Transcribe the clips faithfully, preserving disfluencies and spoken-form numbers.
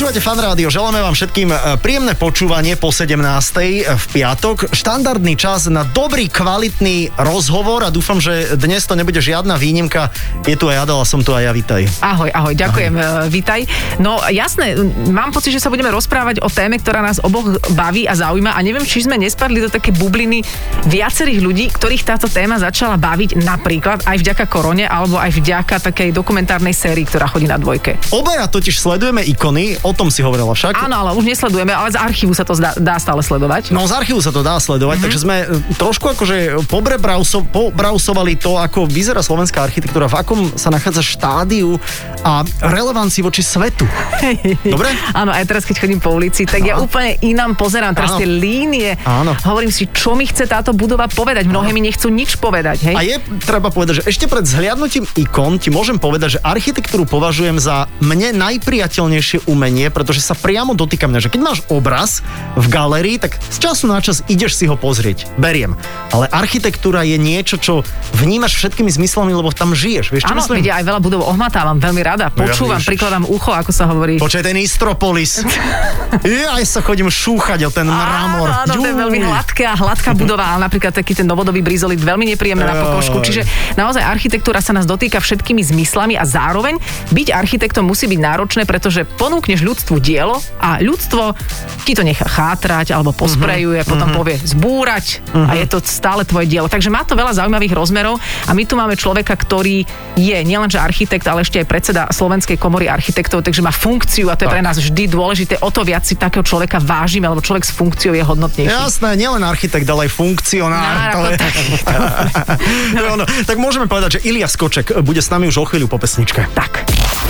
Počúvate Fan Rádio, želáme vám všetkým príjemné počúvanie po sedemnástej v piatok. Štandardný čas na dobrý, kvalitný rozhovor a dúfam, že dnes to nebude žiadna výnimka. Je tu aj Adela, som tu aj ja, vítaj. Ahoj, ahoj, ďakujem, ahoj. Vítaj. No jasné, mám pocit, že sa budeme rozprávať o téme, ktorá nás oboch baví a zaujíma a neviem, či sme nespadli do také bubliny viacerých ľudí, ktorých táto téma začala baviť napríklad aj vďaka korone alebo aj vďaka takej dokumentárnej sérii, ktorá chodí na dvojke. Obaja totiž sledujeme ikony, o tom si hovorila však. Áno, ale už nesledujeme, ale z archívu sa to dá, dá stále sledovať. No z archívu sa to dá sledovať, mm-hmm. takže sme trošku akože pobrausovali to, ako vyzerá slovenská architektúra, v akom sa nachádza štádiu a relevancii voči svetu. Dobre? Áno, aj teraz, keď chodím po ulici, tak Aha. ja úplne inám pozerám teraz Áno. tie línie. Áno. Hovorím si, čo mi chce táto budova povedať. Mnohé mi nechcú nič povedať, hej? A je treba povedať, že ešte pred zhliadnutím ikon ti môžem povedať, že architektúru považujem za mne najpriateľnejšie umenie, pretože sa priamo dotýka mňa, že keď máš obraz v galérii, tak z času na čas ideš si ho pozrieť. Beriem. Ale architektúra je niečo, čo vnímaš všetkými zmyslami, lebo tam žiješ. Vieš, čo Áno, myslím? aj veľa budov ohmatávam veľmi rada. Počúvam, ja, prikladám ucho, ako sa hovorí. Počkaj, ten Istropolis. Ja aj sa chodím šúchať o ten mramor. Áno, áno, to je veľmi hladká, hladká budova, ale napríklad taký ten novodobý brizolit veľmi nepríjemné na pokožku. Čiže naozaj architektúra sa nás dotýka všetkými zmyslami a zároveň byť architektom musí byť náročné, pretože ponúkneš ľudstvu dielo a ľudstvo ti to nechá chátrať alebo posprejuje, uh-huh. potom uh-huh. povie zbúrať uh-huh. a je to stále tvoje dielo. Takže má to veľa zaujímavých rozmerov a my tu máme človeka, ktorý je nielenže architekt, ale ešte aj predseda Slovenskej komory architektov, takže má funkciu a to je pre nás vždy dôležité. O to viac si takého človeka vážime, lebo človek s funkciou je hodnotnejší. Jasné, nielen architekt, ale aj funkcionár. No, je... tak, no, no, tak môžeme povedať, že Ilia Skoček bude s nami už o chvíľu po pesničke. Tak.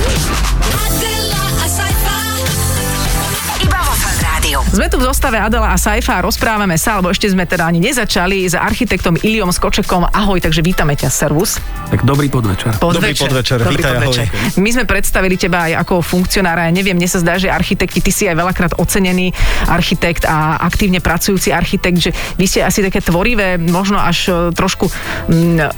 Sme tu v zostave Adela a Saifa a rozprávame sa, alebo ešte sme teda ani nezačali, s architektom Iliom Skočekom. Ahoj, takže vítame ťa, servus. Tak dobrý podvečer. podvečer. Dobrý podvečer, dobrý vítaj, podvečer. Ahoj. My sme predstavili teba aj ako funkcionára, ja neviem, mne sa zdá, že architekti, ty si aj veľakrát ocenený architekt a aktívne pracujúci architekt, že vy ste asi také tvorivé, možno až trošku mm,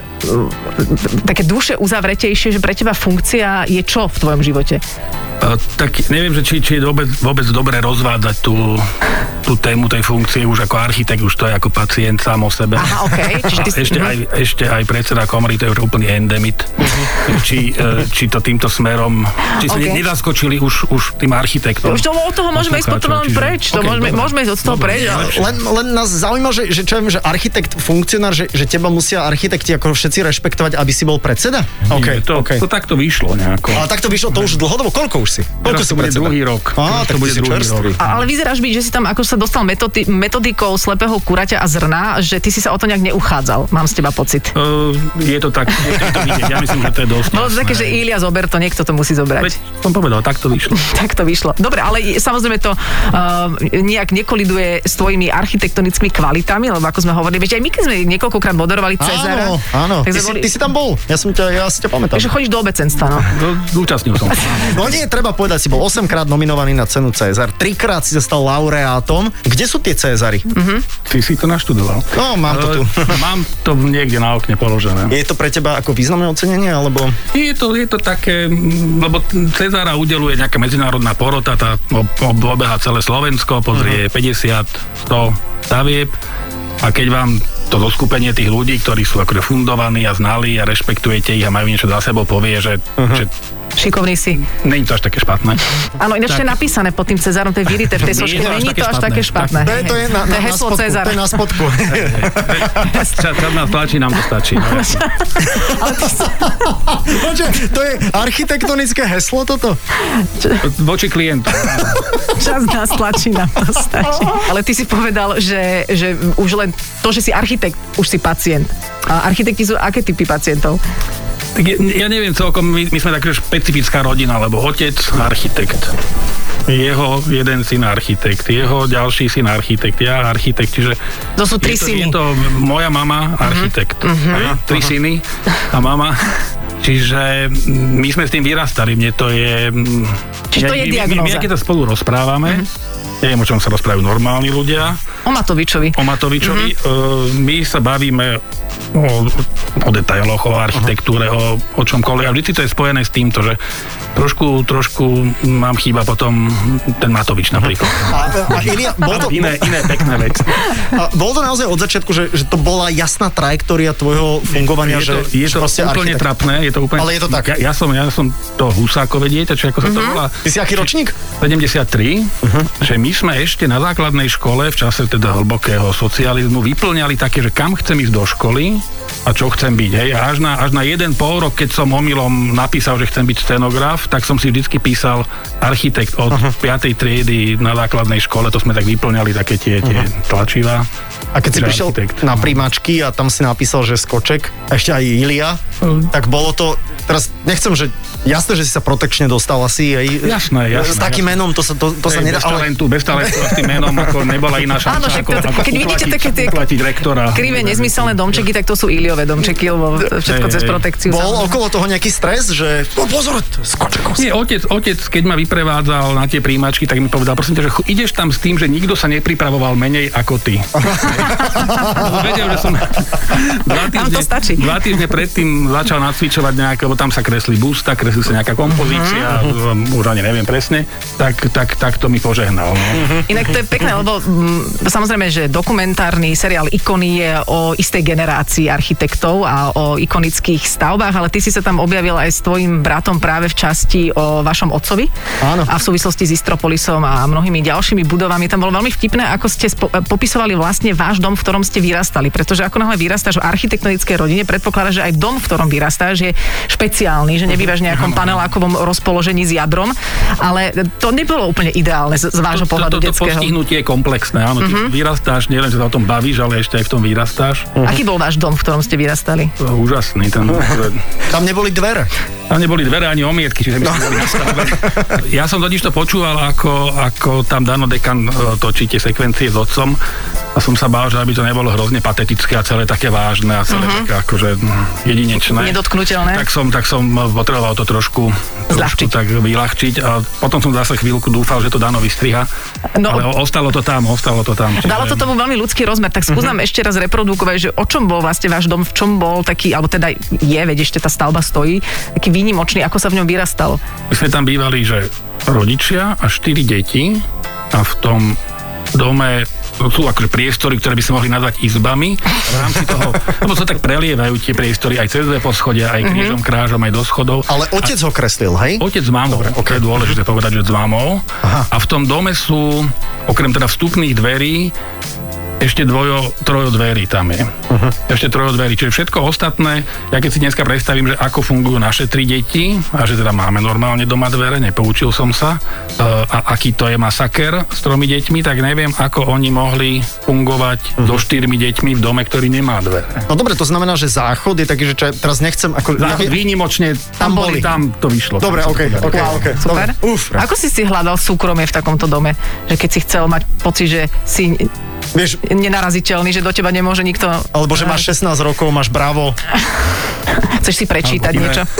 také duše uzavretejšie, že pre teba funkcia je čo v tvojom živote? Uh, tak neviem, že či, či je vôbec, vôbec dobre rozvádzať tú, tú tému tej funkcie už ako architekt, už to je ako pacient sám o sebe. Aha, okej. Okay. Ty... Ešte, aj, ešte aj predseda komory, to je úplný endemit. Uh-huh. Či, uh, či to týmto smerom, či sa okay. nezaskočili už, už tým architektom. Už to, od toho môžeme ísť potom len preč. To okay, môžeme, môžeme ísť od toho preč. Len, len nás zaujíma, že, že čo viem, že architekt, funkcionár, že, že teba musia architekti ako všetci rešpektovať, aby si bol predseda? Okay, Nie, to, okay. to takto vyšlo nejako. Ale takto vyšlo, to už dlhodobo, koľko už si? Koľko si bude druhý rok. Á, tak to bude druhý rok. A, ale vyzeráš byť, že si tam ako sa dostal metody, metodikou slepého kuraťa a zrna, že ty si sa o to nejak neuchádzal. Mám z teba pocit. Uh, je to tak, je to vidieť. Ja myslím, že to je dosť. Bolo to také, že Ilia zober to, niekto to musí zobrať. Veď som povedal, tak to vyšlo. tak to vyšlo. Dobre, ale samozrejme to uh, nejak nekoliduje s tvojimi architektonickými kvalitami, lebo ako sme hovorili, veď aj my keď sme niekoľkokrát moderovali Cezara. Áno, áno. Ty, boli... si, ty si tam bol. Ja som ťa, ja si ťa pamätám. Takže chodíš do obecenstva, no. no Zúčastnil som. No nie, treba povedať, si bol osemkrát nominovaný na cenu Cezar, trikrát si sa stal laureátom. Kde sú tie Cezary? Uh-huh. Ty si to naštudoval. No, mám to tu. Mám to niekde na okne položené. Je to pre teba ako významné ocenenie, alebo? Je to, je to také, lebo Cezara udeluje nejaká medzinárodná porota, tá obeha celé Slovensko, pozrie uh-huh. päťdesiat sto stavieb a keď vám to zoskupenie tých ľudí, ktorí sú akože fundovaní a znali a rešpektujete ich a majú niečo za sebou, povie, že, uh-huh. že šikovný si. Není to až také špatné. Áno, ináč to je napísané pod tým Cezarom, to je vyrité v tej soške. Není to až také špatné. To je, to je na, na, na spodku. Cezar. To je na spodku. Čas nás tlačí, nám to stačí. No, Ale to, sa... to je architektonické heslo toto? Voči klientu. Čas nás tlačí, nám to stačí. Ale ty si povedal, že, že už len to, že si architekt, už si pacient. A architekti sú aké typy pacientov? Tak ja, ja neviem celkom, my, my sme taká špecifická rodina, lebo otec architekt, jeho jeden syn architekt, jeho ďalší syn architekt, ja architekt, čiže... To sú tri je to, syny. Je to moja mama architekt, uh-huh. Uh-huh. tri uh-huh. syny a mama... Čiže my sme s tým vyrastali, mne to je... Čiže to je diagnóza. My, my, my, keď to spolu rozprávame, uh-huh. neviem, o čom sa rozprávajú normálni ľudia. O Matovičovi. O Matovičovi. Uh-huh. Uh, my sa bavíme o, o detailoch, o architektúre, o, o čomkoľvek. A vždy to je spojené s týmto, že trošku, trošku mám chýba potom ten Matovič napríklad. A, a Ilia, bol to, iné, iné pekné veci. A bol to naozaj od začiatku, že, že to bola jasná trajektória tvojho fungovania, je to, že, je že to úplne architekt... trapné, je to úplne... Ale je to tak. Ja, ja som, ja som to Husákové dieťa, či ako sa to volá. Ty si aký ročník? sedemdesiattri, uh-huh. že my sme ešte na základnej škole v čase teda hlbokého socializmu vyplňali také, že kam chcem ísť do školy a čo chcem byť. Hej. A až na, až na jeden pol rok, keď som omylom napísal, že chcem byť scenograf, tak som si vždycky písal architekt od uh-huh. piatej triedy na základnej škole, to sme tak vyplňali také tie, tie uh-huh. tlačivá. A keď si prišiel architekt. Na primáčky a tam si napísal, že Skoček, a ešte aj Ilia, uh-huh. tak bolo to, teraz nechcem, že jasné, že si sa protekčne dostal asi aj jasné, jasné, s takým jasné. menom, to sa, to, to sa nedá. Bez talentu, ale... bez talentu a s tým menom, ako nebola iná šanca, áno, ako, to, ako keď vidíte také tie rektora. Krivé, nezmyselné domčeky, tak to sú Iliové domčeky, lebo všetko cez protekciu. Bol samozrejme okolo toho nejaký stres, že no, pozor, Skoček. Nie, otec, otec, keď ma vyprevádzal na tie príjmačky, tak mi povedal, prosím ťa, že ideš tam s tým, že nikto sa nepripravoval menej ako ty. Vedel, že som dva týždne, dva týždne predtým začal nacvičovať nejaké, lebo tam sa kreslí busta, kreslí sa nejaká kompozícia, uh-huh. už ani neviem presne, tak, tak, tak to mi požehnal. No. Uh-huh. Inak to je pekné, lebo m, samozrejme, že dokumentárny seriál Ikony je o istej generácii architektov a o ikonických stavbách, ale ty si sa tam objavil aj s tvojim bratom práve v časti o vašom otcovi. Áno. A v súvislosti s Istropolisom a mnohými ďalšími budovami. Tam bolo veľmi vtipné, ako ste spo- popisovali vlastne váš dom, v ktorom ste vyrastali, pretože ako náhle vyrastáš v architektonickej rodine, predpokladáš, že aj dom, v ktorom vyrastáš, je špeciálny, že nebývaš v nejakom panelákovom rozpoložení s jadrom, ale to nebolo úplne ideálne z, z vášho to, pohľadu to, to, detského. To postihnutie je komplexné, áno, ty uh-huh. vyrastáš, nielen, že sa o tom bavíš, ale ešte aj v tom vyrastáš. Uh-huh. Aký bol váš dom, v ktorom ste vyrastali? Úžasný. Ten, tam neboli dvere. Tam neboli dvere ani omietky, čiže by sme boli na stavbe. Ja som totiž to počúval, ako, ako tam Dano Dekan točí tie sekvencie s otcom a som sa bál, že aby to nebolo hrozne patetické a celé také vážne a celé uh-huh. také akože jedinečné. Nedotknutelné. Tak som, tak som potreboval to trošku, trošku tak vyľahčiť a potom som zase chvíľku dúfal, že to Dano vystriha, no, ale ostalo to tam, ostalo to tam. Čiže... Dalo to tomu veľmi ľudský rozmer, tak skúsam uh-huh. ešte raz reprodukovať, že o čom bol vlastne váš dom, v čom bol taký, alebo teda je, veď ešte tá stavba stojí, taký výnimočný, ako sa v ňom vyrastalo. My sme tam bývali, že rodičia a štyri deti a v tom dome sú akože priestory, ktoré by sa mohli nazvať izbami. V rámci toho, lebo sa tak prelievajú tie priestory aj cez dve poschodia, aj krížom, krážom, aj do schodov. Ale otec a ho kreslil, hej? Otec s mamou. Dobre, To okay. je dôležité povedať, že s mamou. Aha. A v tom dome sú, okrem teda vstupných dverí, ešte dvojo, trojo dverí tam je. Uh-huh. Ešte trojo dverí. Čiže všetko ostatné, ja keď si dneska predstavím, že ako fungujú naše tri deti, a že teda máme normálne doma dvere, nepoučil som sa, a aký to je masaker s tromi deťmi, tak neviem, ako oni mohli fungovať uh-huh. so štyrmi deťmi v dome, ktorý nemá dvere. No dobre, to znamená, že záchod je taký, že čo, teraz nechcem... Ako, záchod ja, výnimočne, tam, boli, tam to vyšlo. Dobre, okej, okej, okej. Super. Uf. Ako si si hľadal súkromie v takomto dome? Že keď si chcel mať pocit, že si... Vieš, nenaraziteľný, že do teba nemôže nikto... Alebo že máš šestnásť rokov, máš Bravo. Chceš si prečítať Alebo niečo?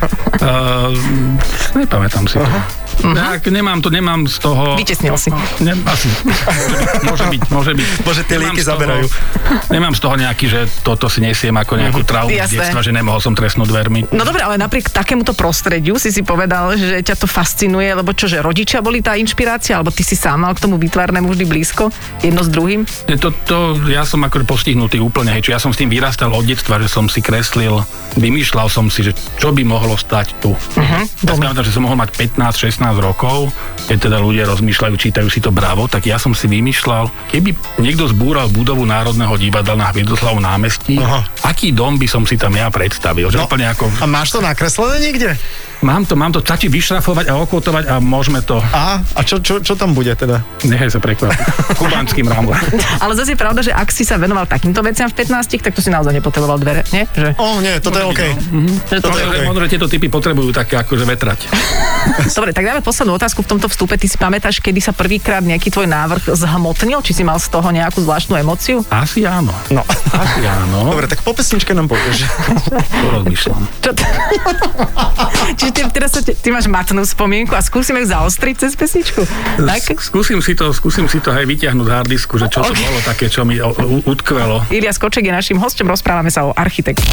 Uh, nepamätám si to. Uh-huh. Tak, nemám to, nemám z toho... Vytesnil si. Ne, asi. Môže byť, môže byť. Bože, tie líky zaberajú. Nemám z toho nejaký, že toto si nesiem ako nejakú traumu z detstva, že nemohol som trestnúť dvermi. No dobre, ale napriek takémuto prostrediu si si povedal, že ťa to fascinuje, lebo čože, rodičia boli tá inšpirácia, alebo ty si sám mal k tomu výtvarnému vždy blízko, jedno s druhým? To, to, ja som akože postihnutý úplne, hej, či ja som s tým vyrastal od detstva, že som si kreslil, vymýšľal som si, že čo by mohlo stať tu. Uh-huh. Ja som že som mohol mať pätnásť šestnásť rokov, keď teda ľudia rozmýšľajú, čítajú si to Bravo, tak ja som si vymýšľal, keby niekto zbúral budovu Národného divadla na Hviezdoslavom námestí, aha. aký dom by som si tam ja predstavil. Že no, úplne ako... A máš to nakreslené niekde? Mám to, mám to, stačí vyšrafovať a okotovať a môžeme to... A, a čo, čo, čo tam bude teda? Nechaj sa prekvapiť. Kubánsky mramor. Ale zase je pravda, že ak si sa venoval takýmto veciam v pätnástich, tak to si naozaj nepotreboval dvere, nie? Že... Ó, nie, toto je OK. Mm-hmm. Že to, to je okay. Možno, že tieto typy potrebujú také akože vetrať. Dobre, tak dáme poslednú otázku v tomto vstupe. Ty si pamätáš, kedy sa prvýkrát nejaký tvoj návrh zhmotnil? Či si mal z toho nejakú zvláštnu emóciu? Asi áno. No. Asi áno. Dobre, tak po pesničke nám povieš. To rozmýšľam. Čo to... Čiže te, teraz sa te, ty máš matnú spomienku a skúsime ju zaostriť cez pesničku. Tak? Skúsim si to, skúsim si to aj vyťahnuť z hardisku, že čo to bolo také, čo mi utkvelo. Ilia Skoček je našim hosťom, rozprávame sa o architektu.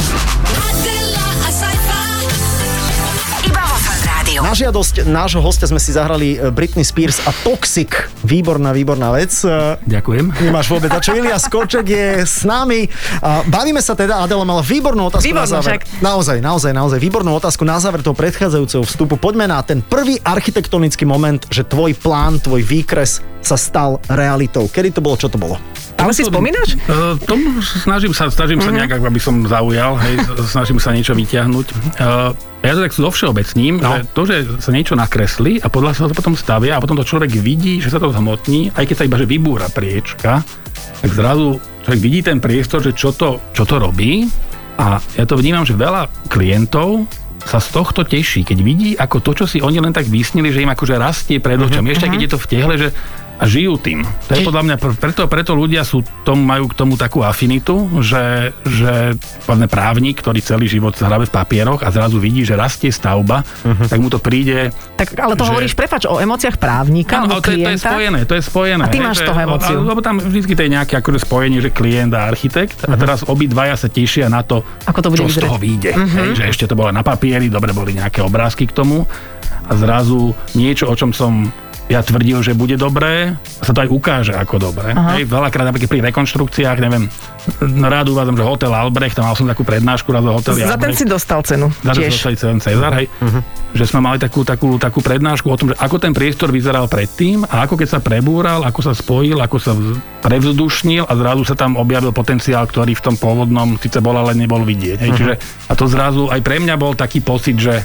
Na žiadosť nášho hostia sme si zahrali Britney Spears a Toxic. Výborná, výborná vec. Ďakujem. Nemáš vôbec. A čo Ilia Skoček je s nami. Bavíme sa teda, Adela mala výbornú otázku Výbornú, na záver. však. Naozaj, naozaj, naozaj. Výbornú otázku na záver toho predchádzajúceho vstupu. Poďme na ten prvý architektonický moment, že tvoj plán, tvoj výkres sa stal realitou. Kedy to bolo, čo to bolo? Ale si spomínaš? Uh, tomu snažím sa, snažím sa nejak, aby som zaujal, hej, snažím sa niečo vyťahnuť. Uh, ja to tak zovšeobecním, no. Že to, že sa niečo nakreslí a podľa sa to potom stavia a potom to človek vidí, že sa to zhmotní, aj keď sa iba že vybúra priečka, tak zrazu človek vidí ten priestor, že čo to, čo to robí a ja to vnímam, že veľa klientov sa z tohto teší, keď vidí, ako to, čo si oni len tak vysnili, že im akože rastie pred očami. Uh-huh. Ešte keď je to v tehle, že a žijú tým. To je podľa mňa, preto, preto ľudia sú tom, majú k tomu takú afinitu, že, že právnik, ktorý celý život sa hrabe v papieroch a zrazu vidí, že rastie stavba, uh-huh. tak mu to príde... Tak, ale to že... hovoríš, prepáč, o emóciách právnika, no, alebo klienta? To je, to je spojené, to je spojené. A ty máš že, toho emóciu. Lebo tam vždy to je nejaké akože spojenie, že klient a architekt uh-huh. a teraz obidvaja sa tešia na to, ako to bude čo vyzerať. z toho vyjde. Uh-huh. Hej, že ešte to bolo na papieri, dobre, boli nejaké obrázky k tomu a zrazu niečo, o čom som ja tvrdil, že bude dobré, a sa to aj ukáže ako dobré. Hej, veľakrát napríklad pri rekonštrukciách, neviem, rád uvádzam, že hotel Albrecht, tam mal som takú prednášku raz o hoteli Za ten Albrecht. si dostal cenu. Za ten dostali cenu Cezar, hej. Uh-huh. Že sme mali takú, takú, takú prednášku o tom, že ako ten priestor vyzeral predtým a ako keď sa prebúral, ako sa spojil, ako sa prevzdušnil a zrazu sa tam objavil potenciál, ktorý v tom pôvodnom síce bol, ale nebol vidieť. Hej. Uh-huh. Čiže, a to zrazu aj pre mňa bol taký pocit, že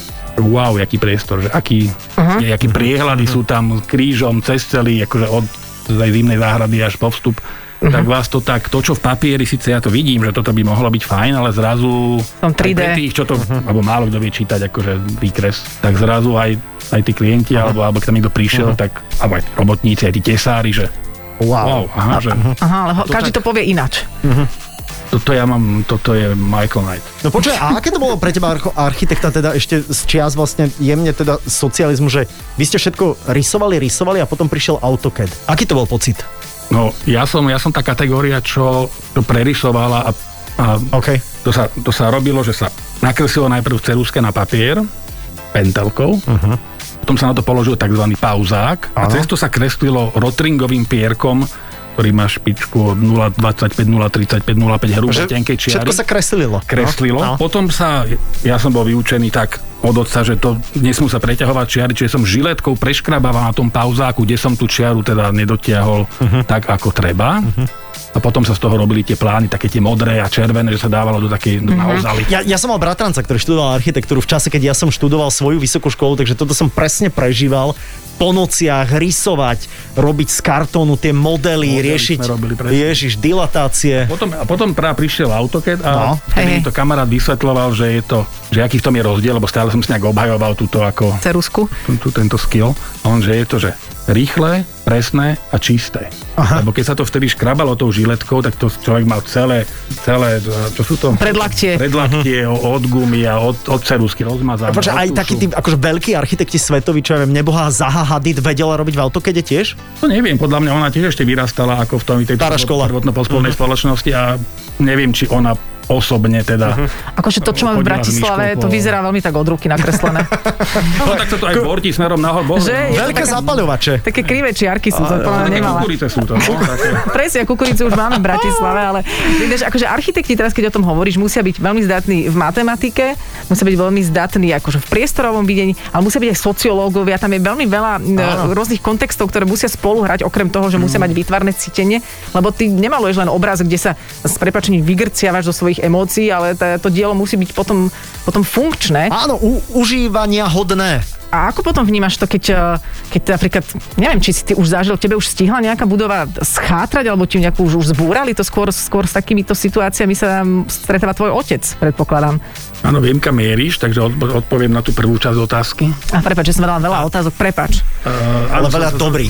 wow, jaký priestor, že aký, uh-huh. jaký priehľady uh-huh. sú tam krížom cez celý, akože od tej zimnej záhrady až po vstup. Uh-huh. Tak vás to tak, to čo v papieri, síce ja to vidím, že toto by mohlo byť fajn, ale zrazu Som tri dé. Aj pre tých, čo to, uh-huh. alebo málo kto vie čítať, akože výkres, tak zrazu aj, aj tí klienti, uh-huh. alebo, alebo keď tam niekto prišiel, uh-huh. tak, alebo aj robotníci, aj tí tesári, že wow, wow aha, že... Aha, ale ho, to každý tak, to povie inač. Uh-huh. Toto ja mám, toto je Michael Knight. No počuj, a aké to bolo pre teba architekta teda ešte z čias vlastne jemne teda socializmu, že vy ste všetko rysovali, rysovali a potom prišiel AutoCAD. Aký to bol pocit? No, ja som, ja som tá kategória, čo to prerysovala a, a okay. to, sa, to sa robilo, že sa nakreslilo najprv ceruzke na papier, pentelkou, uh-huh. potom sa na to položil tzv. Pauzák uh-huh. a cez to sa kreslilo rotringovým pierkom, ktorý má špičku od nula dvadsaťpäť, nula tridsaťpäť, nula päť hrubé tenkej čiary. Všetko sa kreslilo. Kreslilo. No. Potom sa, ja som bol vyučený tak od otca, že to nesmú sa preťahovať čiary, čiže som žiletkou preškrabával na tom pauzáku, kde som tú čiaru teda nedotiahol uh-huh. tak, ako treba. Uh-huh. A potom sa z toho robili tie plány, také tie modré a červené, že sa dávalo do takej mm-hmm. naozaly. Ja, ja som mal bratranca, ktorý študoval architektúru v čase, keď ja som študoval svoju vysokú školu, takže toto som presne prežíval. Po nociach rysovať, robiť z kartónu tie modely, modely riešiť, ježiš, dilatácie. Potom, a potom práve prišiel AutoCAD a no. mi to kamarát vysvetľoval, že je to, že aký v tom je rozdiel, lebo stále som si nejak obhajoval túto ako... Ceruzku. Tú, tento skill. A on, že je to, že rýchle, presné a čisté. Aha. Lebo keď sa to vtedy škrabalo tou žiletkou, tak to človek mal celé, celé, čo sú to? Predlaktie. Predlaktie uh-huh. od gumy a od, od ceruzky rozmazané. Počkaj, aj takí tí akože veľkí architekti svetoví, čo ja viem, nebohá Zaha Hadid vedela robiť v AutoCADe tiež? To neviem, podľa mňa ona tiež ešte vyrastala ako v tom tejto prvotno-pospolnej uh-huh. spoločnosti a neviem, či ona osobne teda. Uh-huh. Akože to, čo máme v Bratislave, to vyzerá veľmi tak od ruky nakreslené. No tak sa to aj bortí smerom nahor. Veľké zapaľovače. Také krivé čiarky som to nemala. Také kukurice sú to. No, presne, kukuricu už máme v Bratislave, ale vieš, akože architekti teraz, keď o tom hovoríš, musia byť veľmi zdatní v matematike, musia byť veľmi zdatní akože v priestorovom videní, ale musia byť aj sociológovia, tam je veľmi veľa Áno. rôznych kontextov, ktoré musia spolu hrať, okrem toho, že musia mať výtvarné cítenie, lebo ty nemaluješ len obraz, kde sa s prepáčením vygrciavaš zo svojich emócií, ale t- to dielo musí byť potom, potom funkčné. Áno, u- užívania hodné. A ako potom vnímaš to, keď, keď napríklad, neviem, či si ty už zažil, tebe už stihla nejaká budova schátrať, alebo ti nejakú už, už zbúrali, to skôr, skôr s takýmito situáciami sa stretáva tvoj otec, predpokladám. Áno, viem, kam mieríš, takže odpoviem na tú prvú časť otázky. A prepáč, že som dala veľa otázok, prepáč. Uh, ale veľa som, dobrých.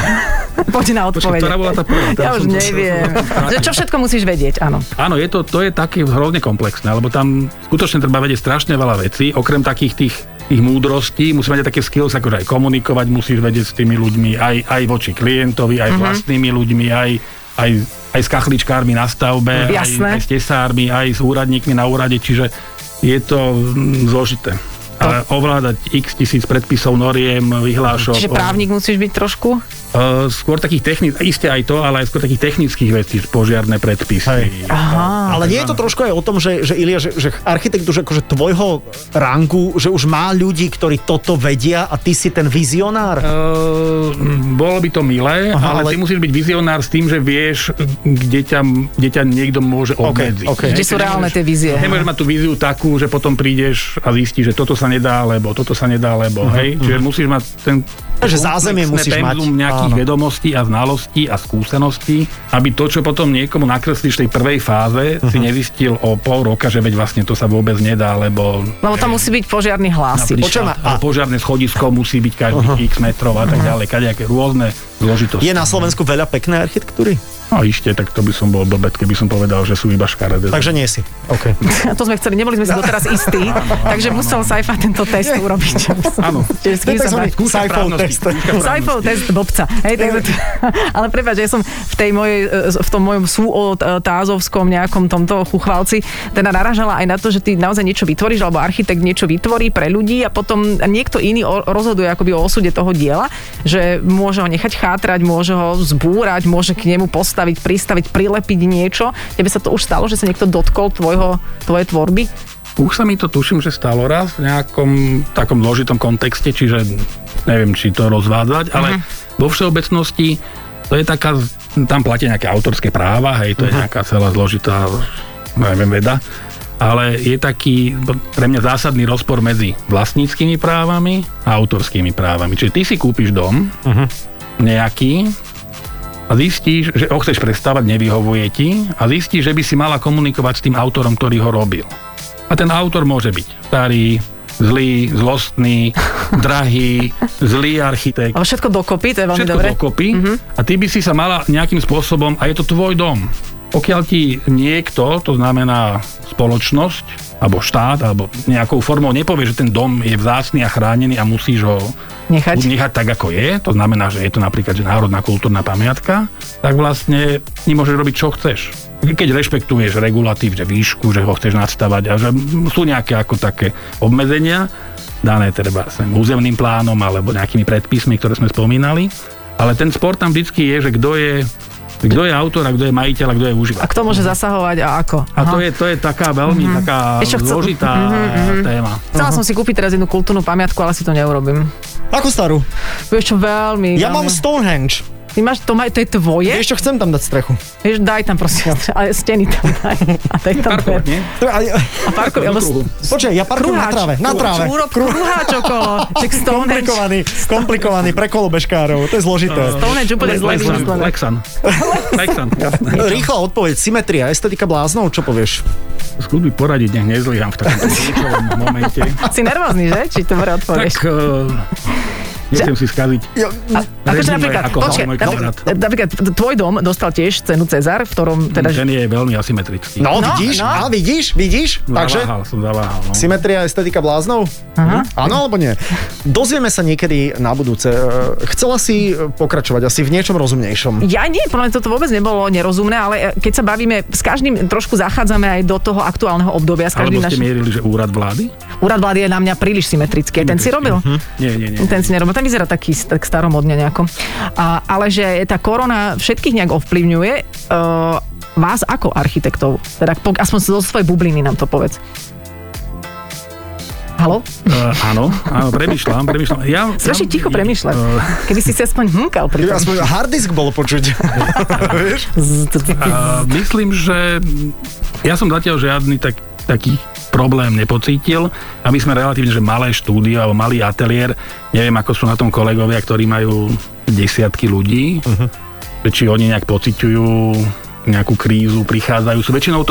Poď na odpovede. Ktorá bola tá prvá? Ja už neviem. Že čo všetko musíš vedieť, áno. Áno, je to, to je také hrozne komplexné, lebo tam skutočne treba vedieť strašne veľa vecí, okrem takých tých tých múdrostí, musíš mať také skills, akože aj komunikovať, musíš vedieť s tými ľuďmi, aj, aj voči klientovi, aj s vlastnými ľuďmi, aj, aj, aj s kachličkármi na stavbe, aj, aj s tesármi, aj s úradníkmi na úrade, čiže je to zložité. Ale ovládať x tisíc predpisov, noriem, vyhlášok. Čiže právnik musíš byť trošku? Uh, skôr takých technických, isté aj to, ale aj skôr takých technických vecí, požiarne predpisy. Aha. Ale nie je to trošku aj o tom, že, že Ilia, že, že architekt už akože tvojho rangu, že už má ľudí, ktorí toto vedia a ty si ten vizionár? Uh, bolo by to milé, Aha, ale, ale ty musíš byť vizionár s tým, že vieš, kde ťa, kde ťa niekto môže obmedziť. Okay, okay. Kde sú reálne tie vízie. Nemôžeš mať tú víziu takú, že potom prídeš a zistíš, že toto sa nedá, lebo toto sa nedá, lebo uh-huh, hej. Uh-huh. Čiže musíš mať ten že zázemie musíš mať nejakých áno. vedomostí a znalostí a skúseností, aby to, čo potom niekomu nakreslíš v tej prvej fáze, uh-huh. si nezistil o pol roka, že veď vlastne to sa vôbec nedá, lebo... Lebo tam musí byť požiarny hlásič. A požiarne schodisko musí byť každý uh-huh. x metrov a tak ďalej, kadejaké rôzne zložitosti. Je na Slovensku veľa peknej architektúry? No ešte, tak to by som bol blbec, keby som povedal, že sú iba škaredé. Takže nie si. Okay. To sme chceli, neboli sme si doteraz istí, takže musel Saifa tento test urobiť. Áno. To je Saifov test. Saifov test blbca. Hej, takže, ale prepáč, ja som v tej mojej, v tom mojom súotázovskom nejakom tomto chuchvalci teda naražala aj na to, že ty naozaj niečo vytvoríš, alebo architekt niečo vytvorí pre ľudí a potom niekto iný rozhoduje akoby o osude toho diela, že môže ho nechať chátrať, môže ho zbúrať, môže k nemu postaviť Staviť, pristaviť, prilepiť niečo. Tebe sa to už stalo, že sa niekto dotkol tvojho, tvojej tvorby? Už sa mi to tuším, že stalo raz v nejakom takom zložitom kontexte, čiže neviem, či to rozvádzať, ale uh-huh. vo všeobecnosti to je taká, tam platia nejaké autorské práva, hej, to uh-huh. je nejaká celá zložitá, neviem, veda, ale je taký pre mňa zásadný rozpor medzi vlastníckymi právami a autorskými právami. Čiže ty si kúpiš dom uh-huh. nejaký, a zistíš, že ho chceš prestávať, nevyhovuje ti a zistíš, že by si mala komunikovať s tým autorom, ktorý ho robil. A ten autor môže byť starý, zlý, zlostný, drahý, zlý architekt. Ale všetko dokopy, to je veľmi všetko dobre. Všetko dokopy uh-huh. a ty by si sa mala nejakým spôsobom, a je to tvoj dom. Pokiaľ ti niekto, to znamená spoločnosť, alebo štát, alebo nejakou formou nepovie, že ten dom je vzácny a chránený a musíš ho nechať. nechať tak, ako je, to znamená, že je to napríklad že národná kultúrna pamiatka, tak vlastne nemôžeš robiť, čo chceš. Keď rešpektuješ regulatív, že výšku, že ho chceš nadstavať a že sú nejaké ako také obmedzenia, dané teda územným plánom alebo nejakými predpismi, ktoré sme spomínali, ale ten spor tam vždycky je, že kto je Kto je autor a kto je majiteľ a kto je užívateľ. A kto môže zasahovať a ako. A to je, to je taká veľmi mm-hmm. taká chcel... zložitá mm-hmm. téma. Chcela uh-huh. som si kúpiť teraz jednu kultúrnu pamiatku, ale si to neurobím. Ako starú? Vieš čo, veľmi. Ja veľmi. mám Stonehenge. Ty máš, to, maj, to je tvoje? Vieš čo, chcem tam dať strechu. Vieš, daj tam prosím, ale steny tam daj. A daj tam parkovať, nie? A parkovať, alebo... Počkaj, ja parkujem na tráve. Na tráve. Urob kruháč okolo. Komplikovaný, komplikovaný pre kolobežkárov. To je zložité. Stonehenge úplne zle vymyslené. Lexan. Lexan. Rýchla odpoveď. Symetria, estetika bláznov, čo povieš? Skús mi poradiť, nech nezlyham v takomto kľúčovom momente. Si nervózny, že? Či to dobre odpovieš? Tak... Nechcem si skaziť. Akože napríklad, počkaj, napríklad tvoj dom dostal tiež cenu Cezar, v ktorom teda... Ten je veľmi asymetrický. No, no vidíš, no. A vidíš, vidíš? Zaváhal, som zaváhal. No. Symetria, estetika bláznov? Aha. Áno, alebo nie? Dozvieme sa niekedy na budúce. Chcela si pokračovať asi v niečom rozumnejšom? Ja nie, podľa mňa toto vôbec nebolo nerozumné, ale keď sa bavíme, s každým trošku zachádzame aj do toho aktuálneho obdobia. S každým alebo ste naš... mierili, že úrad vlády? Úrad vlády je na mňa príliš symetrický. Ten si robil? Uh-huh. Nie, nie, nie. Ten si nerobil. Ten vyzerá taký tak staromodne nejako. A, ale že tá korona všetkých nejak ovplyvňuje, uh, vás ako architektov? Teda aspoň zo svojej bubliny nám to povedz. Haló? Uh, áno, áno, premýšľam, premýšľam. Ja, Strašne ja, ticho premýšľať. Uh, Keby si si aspoň hmkal pri tom. Aspoň harddisk bol počuť. uh, myslím, že ja som zatiaľ žiadny tak, taký problém nepocítil a my sme relatívne, že malé štúdio alebo malý ateliér, neviem, ako sú na tom kolegovia, ktorí majú desiatky ľudí, uh-huh. či oni nejak pociťujú nejakú krízu, prichádzajú. Sú väčšinou to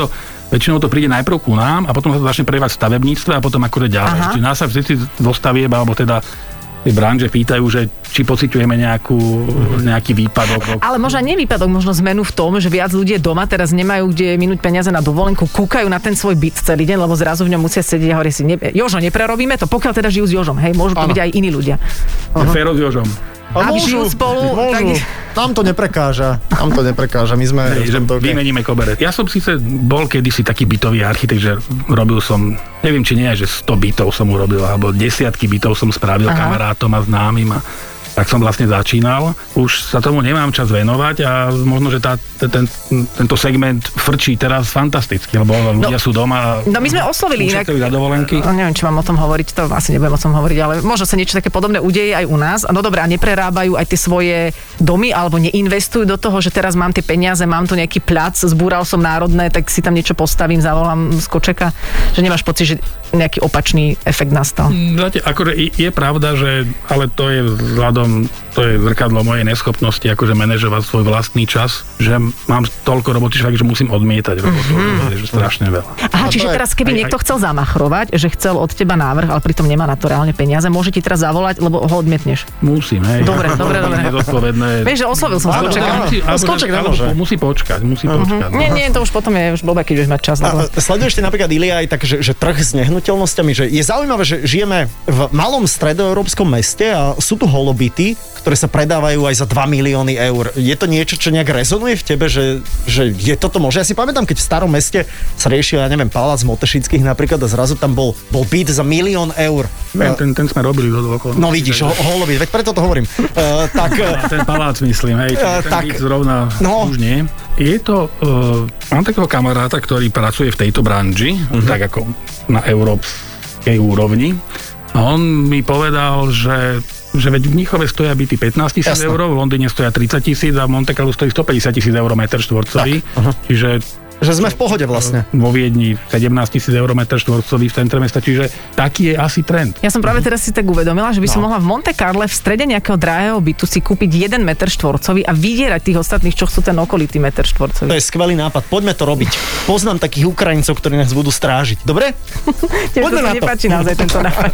väčšinou to príde najprv ku nám a potom sa to začne prejavať v stavebníctve a potom akože ďalej. Čiže nás sa všetci zo stavieb, alebo teda tie branže pýtajú, že či pociťujeme nejakú, nejaký výpadok. Ale možno nie výpadok, možno zmenu v tom, že viac ľudí je doma, teraz nemajú kde minúť peniaze na dovolenku, kúkajú na ten svoj byt celý deň, lebo zrazu v ňom musia sedieť a hovorí si, ne, Jožo, neprerobíme to, pokiaľ teda žijú s Jožom, hej, môžu to ano. byť aj iní ľudia. Fero s Jožom. A ak žijú spolu, môžu. tak... Nám to neprekáža. Nám to neprekáža. My sme... Hej, že vymeníme koberec. Ja som síce bol kedysi taký bytový architekt, že robil som, neviem, či nie, že sto bytov som urobil, alebo desiatky bytov som spravil Aha. kamarátom a známym a tak som vlastne začínal. Už sa tomu nemám čas venovať a možno, že tá, ten, tento segment frčí teraz fantasticky, lebo ľudia no, sú doma. No my sme oslovili inak. Za dovolenky. No, neviem, či mám o tom hovoriť, to asi nebudem o tom hovoriť, ale možno sa niečo také podobné udeje aj u nás. No dobré, a neprerábajú aj tie svoje domy, alebo neinvestujú do toho, že teraz mám tie peniaze, mám tu nejaký plac, zbúral som národné, tak si tam niečo postavím, zavolám z kočeka, že nemáš pocit, že nejaký opačný efekt nastal. Zatiaľ, akože je pravda, že ale to je vzhľadom to je zrkadlo mojej neschopnosti akože manažovať svoj vlastný čas, že mám toľko roboty, že musím odmietať robotu, mm-hmm. že strašne veľa. Aha, čiže teraz keby aj, niekto aj... chcel zamachrovať, že chcel od teba návrh, ale pritom nemá na to reálne peniaze, môže ti teraz zavolať, lebo ho odmietneš. Musím, hej. Dobre, dobre, dobre. Vieš, že oslovil som sa. Skoček nemôže. Musí počkať, musí počkať. Nie, nie, to už potom je už blbé, keď už mať čas. Sleduješ ty napríklad, Ilia, aj tak, že trh s nehnuteľnosťami, že je zaujímavé, že žijeme v malom stredoeurópskom meste a sú tu holobyty, ktoré sa predávajú aj za dva milióny eur. Je to niečo, čo nejak rezonuje v tebe, že, že je toto možné? Ja si pamätám, keď v starom meste sa riešil, ja neviem, palác Motešických napríklad a zrazu tam bol, bol byt za milión eur. Ten, ten, ten sme robili do dôkolo. No vidíš, ho, holobyt, veď preto to hovorím. Uh, tak, a ten palác myslím, hej, uh, ten tak, byt zrovna no, už nie. Je to, uh, mám takého kamaráta, ktorý pracuje v tejto branži, uh-huh. tak ako na európskej úrovni. A on mi povedal, že že veď v Mníchove stoja byty pätnásť tisíc eur, v Londýne stoja tridsať tisíc a v Monte Carlo stojí stopäťdesiat tisíc eur meter štvorcový. Uh-huh. Čiže že sme v pohode vlastne. Vo Viedni sedemnásť tisíc eur meter štvorcový v centre mesta, čiže taký je asi trend. Ja som práve teraz si tak uvedomila, že by som no. mohla v Monte Carle v strede nejakého drahého bytu si kúpiť jeden meter štvorcový a vydierať tých ostatných, čo chcú ten okolitý meter štvorcový. To je skvelý nápad, poďme to robiť. Poznám takých Ukrajincov, ktorí nás budú strážiť. Dobre? Poďme na to. Nepáči naozaj tento nápad.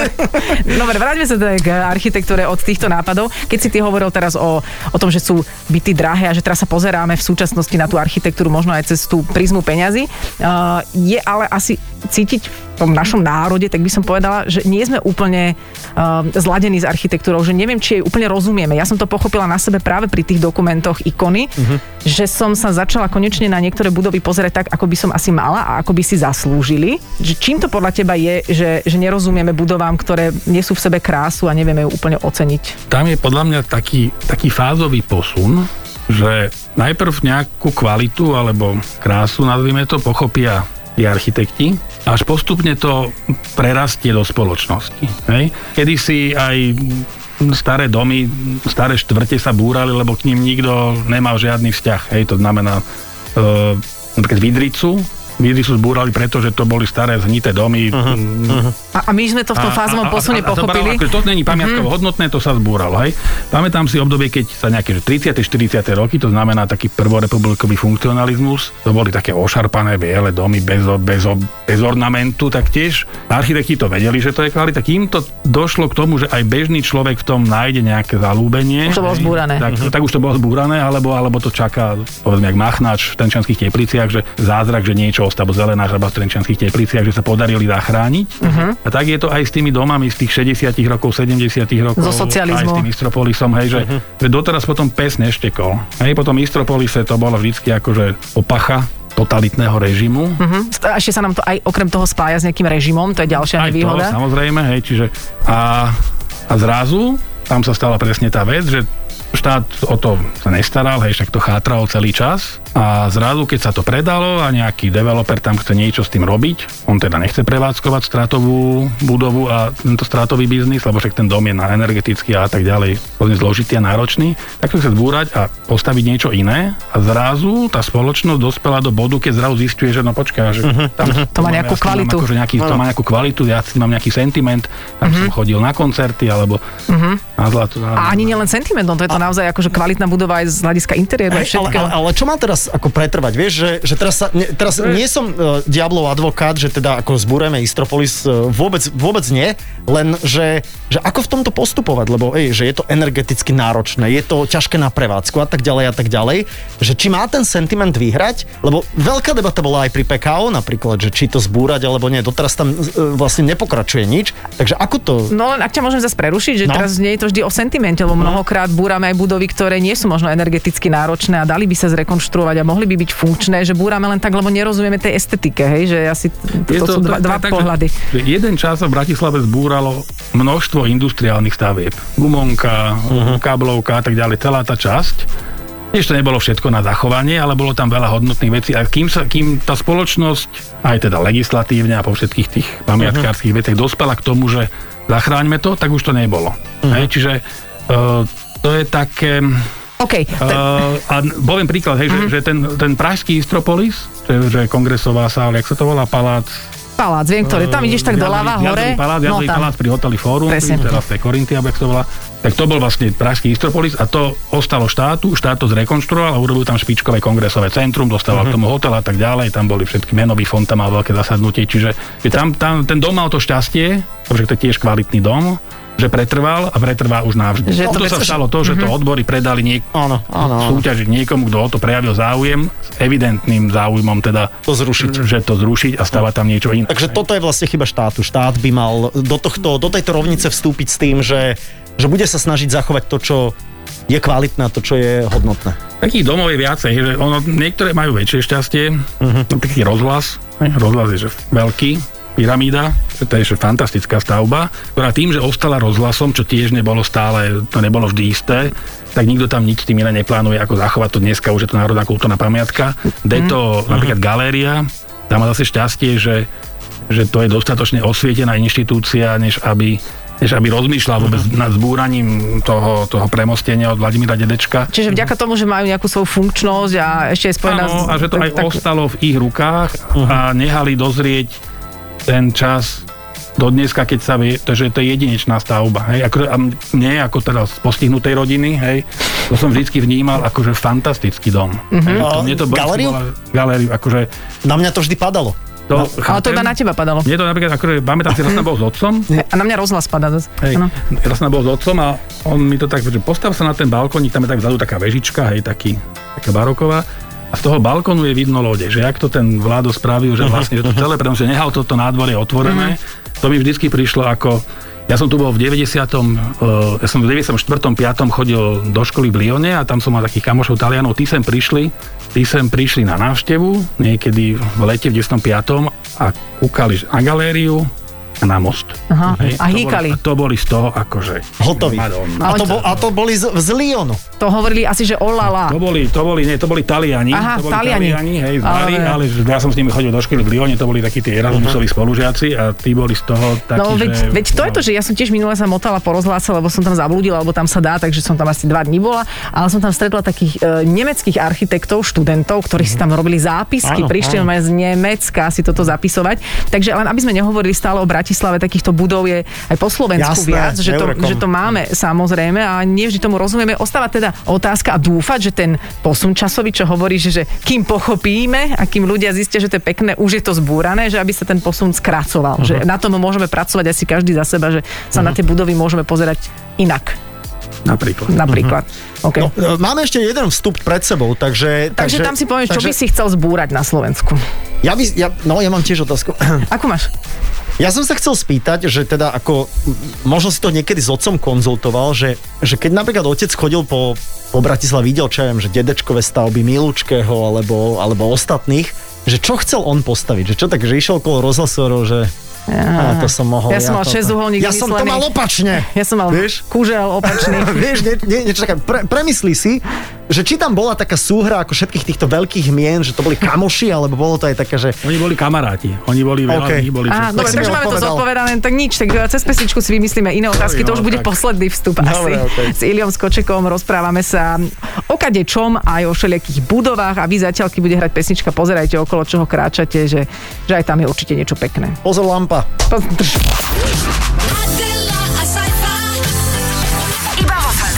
Dobre, vráťme sa teda k architektúre od týchto nápadov. Keď si ty hovoril teraz o, o tom, že sú byty drahé a že teraz sa pozeráme v súčasnosti na tú architektúru možno aj cez tú prízmu peňazí. Uh, je ale asi cítiť v tom našom národe, tak by som povedala, že nie sme úplne uh, zladení s architektúrou, že neviem, či jej úplne rozumieme. Ja som to pochopila na sebe práve pri tých dokumentoch ikony, uh-huh. že som sa začala konečne na niektoré budovy pozerať tak, ako by som asi mala a ako by si zaslúžili. Že čím to podľa teba je, že, že nerozumieme budovám, ktoré nesú v sebe krásu a nevieme ju úplne oceniť? Tam je podľa mňa taký, taký fázový posun, že najprv nejakú kvalitu alebo krásu, nazvime to, pochopia tí architekti, až postupne to prerastie do spoločnosti. Hej? Kedysi aj staré domy, staré štvrte sa búrali, lebo k ním nikto nemal žiadny vzťah. Hej? To znamená uh, napríklad Vidricu, Vidricu zbúrali, pretože to boli staré zhnité domy. Uh-huh, uh-huh. A, a my sme to v tom fázovom posune pochopili. A, a, a, to není pamiatkové uh-huh. hodnotné, to sa zbúralo. Hej. Pamätám si obdobie, keď sa nejaké tridsiate štyridsiate roky, to znamená taký prvorepublikový funkcionalizmus, to boli také ošarpané biele domy bez, bez, bez ornamentu, tak tiež architekti to vedeli, že to je kvalita. Kým to došlo k tomu, že aj bežný človek v tom nájde nejaké zalúbenie. Už to bolo zbúrané. Tak, uh-huh. tak už to bolo zbúrané, alebo, alebo to čaká, povedzme, jak Machnáč v Trenčianskych Tepliciach, že zázrak, že niečo alebo Zelená žaba v Trenčianskych Tepliciach, že sa podarili zachrániť. Uh-huh. A tak je to aj s tými domami z tých šesťdesiatych rokov, sedemdesiatych rokov. Zo socializmu. Aj s tým Istropolisom, hej, že, uh-huh. že doteraz potom pes neštekol. Hej, potom Istropolise to bolo vždycky akože opacha totalitného režimu. Uh-huh. A ešte sa nám to aj okrem toho spája s nejakým režimom, to je ďalšia nevýhoda. Aj to, samozrejme, hej, čiže a, a zrazu tam sa stala presne tá vec, že štát o to sa nestaral, hej, však to chátralo celý čas a zrazu, keď sa to predalo a nejaký developer tam chce niečo s tým robiť, on teda nechce prevádzkovať stratovú budovu a tento stratový biznis, lebo však ten dom je na energetický a tak ďalej veľmi zložitý a náročný, tak to chce zbúrať a postaviť niečo iné a zrazu tá spoločnosť dospela do bodu, keď zrazu zistuje, že no počkaj, že tam uh-huh. to má nejakú kvalitu. Akože nejaký, to má nejakú kvalitu, ja si mám nejaký sentiment, tam uh-huh. som chodil na koncerty alebo uh-huh. na zlato. A ani nielen sentimentom, to je to naozaj akože kvalitná budova aj z hľadiska interiéru a všetkého. Ale, ale, ale čo má teraz teraz ako pretrvať, vieš, že, že teraz, sa, ne, teraz nie som uh, diablov advokát, že teda ako zbúreme Istropolis, uh, vôbec, vôbec nie, len že, že ako v tomto postupovať, lebo ej, že je to energeticky náročné, je to ťažké na prevádzku a tak ďalej a tak ďalej, že či má ten sentiment vyhrať, lebo veľká debata bola aj pri pé ká ó napríklad, že či to zbúrať alebo nie, doteraz tam uh, vlastne nepokračuje nič, takže ako to... No len ak ťa môžem zase prerušiť, že no. teraz nie je to vždy o sentimente, lebo mnohokrát búrame aj budovy, ktoré nie sú možno energeticky náročné a dali by sa zrekonštruovať a mohli by byť funkčné, že búrame len tak, lebo nerozumieme tej estetike, hej, že asi to, to sú dva, dva tak, pohľady. Tak, jeden čas sa v Bratislave zbúralo množstvo industriálnych stavieb. Gumonka, uh-huh. káblovka a tak ďalej, celá tá časť. Ešte nebolo všetko na zachovanie, ale bolo tam veľa hodnotných vecí a kým, sa, kým tá spoločnosť, aj teda legislatívne a po všetkých tých pamiatkárskych uh-huh. veciach dospela k tomu, že zachráňme to, tak už to nebolo. Uh-huh. Hej, čiže uh, to je také... Okay. Uh, a poviem príklad, hej, mm-hmm. že, že ten, ten pražský Istropolis, že, že kongresová sála, jak sa to volá, palác... Palác, viem, ktorý, tam ideš tak doľava, hore. Palác, no, palác pri hoteli Fórum, teraz to je Korintia, jak to volá. Tak to bol vlastne pražský Istropolis a to ostalo štátu, štát to zrekonštruoval a urobil tam špičkové kongresové centrum, dostával mm-hmm. k tomu hotel a tak ďalej, tam boli všetky menový fond, tam mal veľké zasadnutie, čiže tam, tam, ten dom mal to šťastie, pretože to je tiež kvalitný dom, že pretrval a pretrvá už navždy. Že to, to sa stalo to, že mm-hmm. to odbory predali niek- áno, áno, súťažiť niekomu, kto o to prejavil záujem, s evidentným záujmom teda to zrušiť. Že to zrušiť a stavať tam niečo iné. Takže toto je vlastne chyba štátu. Štát by mal do, tohto, do tejto rovnice vstúpiť s tým, že, že bude sa snažiť zachovať to, čo je kvalitné a to, čo je hodnotné. Takých domov je viacej, že ono, niektoré majú väčšie šťastie, mm-hmm. taký rozhlas, rozhlas je že veľký, pyramída, to je ešte fantastická stavba, ktorá tým, že ostala rozhlasom, čo tiež nebolo stále, to nebolo vždy isté, tak nikto tam nič tým iné neplánuje, ako zachovať to dneska, už je to národná kultúrna pamiatka. De to mm. napríklad galéria, tam má zase šťastie, že, že to je dostatočne osvietená inštitúcia, než aby než aby rozmýšľal vôbec uh-huh. nad zbúraním toho, toho premostenia od Vladimíra Dedečka. Čiže vďaka tomu, že majú nejakú svoju funkčnosť a ešte je spojená... Áno, a že to aj tak... ostalo v ich rukách uh-huh. a nehali dozrieť ten čas do dneska, keď sa vie, že to je jedinečná stavba. Hej? Ako, a nie ako teda z postihnutej rodiny, hej? To som vždycky vnímal akože fantastický dom. Uh-huh. Mne to galériu? Galériu, akože... Na mňa to vždy padalo. To, ale to iba na teba padalo. Nie to napríklad, akože pamätám si, raz som bol s otcom. A na mňa rozhlas padá. Hej, raz som bol s otcom a on mi to tak, že postav sa na ten balkónik, tam je tak vzadu taká vežička, hej, taký, taká baroková. A z toho balkónu je vidno lode, že jak to ten Vládo spravil, že vlastne, že to celé, pretože nehal toto nádvorie otvorené, uh-huh. to mi vždycky prišlo ako... Ja som tu bol v deväťdesiatom Uh, ja som v deväťdesiatom štvrtom piatom chodil do školy v Lyone a tam som mal takých kamošov Talianov, tí sem prišli, tí sem prišli na návštevu, niekedy v lete v deväťdesiatom piatom a kúkali na galériu a na most. Aha, hej, a hýkali. A to boli z toho akože... Hotoví. A to, bol, a to boli z, z Lyonu. To hovorili asi, že olala. To boli, to boli, nie, to boli Taliani. Aha, to boli Taliani. Taliani, hej, znali, ale... ale ja som s nimi chodil do školy v Lyone, to boli takí tí Erasmusoví uh-huh. spolužiaci a tí boli z toho takí, no, veď, že... veď to no. je to, že ja som tiež minule sa motala po rozhlase, lebo som tam zablúdila, alebo tam sa dá, takže som tam asi dva dní bola, ale som tam stretla takých e, nemeckých architektov, študentov, ktorí uh-huh. si tam robili zápisky, áno, prišli áno. z Nemecka si toto zapisovať. Takže len aby sme nehovorili stále o Bratislave, takýchto budov je aj po Slovensku jasné, viac, že to, že to máme samozrejme a nie vždy tomu rozumieme. Ostáva teda otázka a dúfať, že ten posun časový, čo hovorí, že, že kým pochopíme a kým ľudia zistia, že to je pekné, už je to zbúrané, že aby sa ten posun skracoval. Uh-huh. Že na tom môžeme pracovať asi každý za seba, že sa uh-huh. na tie budovy môžeme pozerať inak. Napríklad. Napríklad. Uh-huh. Okay. No, máme ešte jeden vstup pred sebou, takže... Takže, takže tam si povieš, takže... čo by si chcel zbúrať na Slovensku. Ja by, ja, no, ja mám tiež otázku. Akú máš? Ja som sa chcel spýtať, že teda ako, možno si to niekedy s otcom konzultoval, že, že keď napríklad otec chodil po, po Bratislave, videl, čo ja viem, že dedečkové stavby Milučkého alebo, alebo ostatných, že čo chcel on postaviť, že čo tak, že išiel okolo rozhlasorov, že... Ja, to som mohol. Ja som mal šesťuholník Ja som to mal opačne. Ja som mal vieš? Kúžel opačný. Vieš, nie, nie, nie, čakaj, pre, premyslí si, že či tam bola taká súhra ako všetkých týchto veľkých mien, že to boli kamoši, alebo bolo to aj také, že... Oni boli kamaráti. Oni boli veľa, okay. Oni boli... Á, dobre, takže máme to zodpovedané, tak nič, tak cez pesničku si vymyslíme iné otázky, to už bude tak. Posledný vstup dobre, asi. Okay. S Iliom Skočekom rozprávame sa o kadečom, aj o všelijakých budovách a vy zatiaľ, keď bude hrať pesnička, pozerajte okolo čoho kráčate, že, že aj tam je určite niečo pekné. Pozor, lampa. Iba vo Fan Rádiu.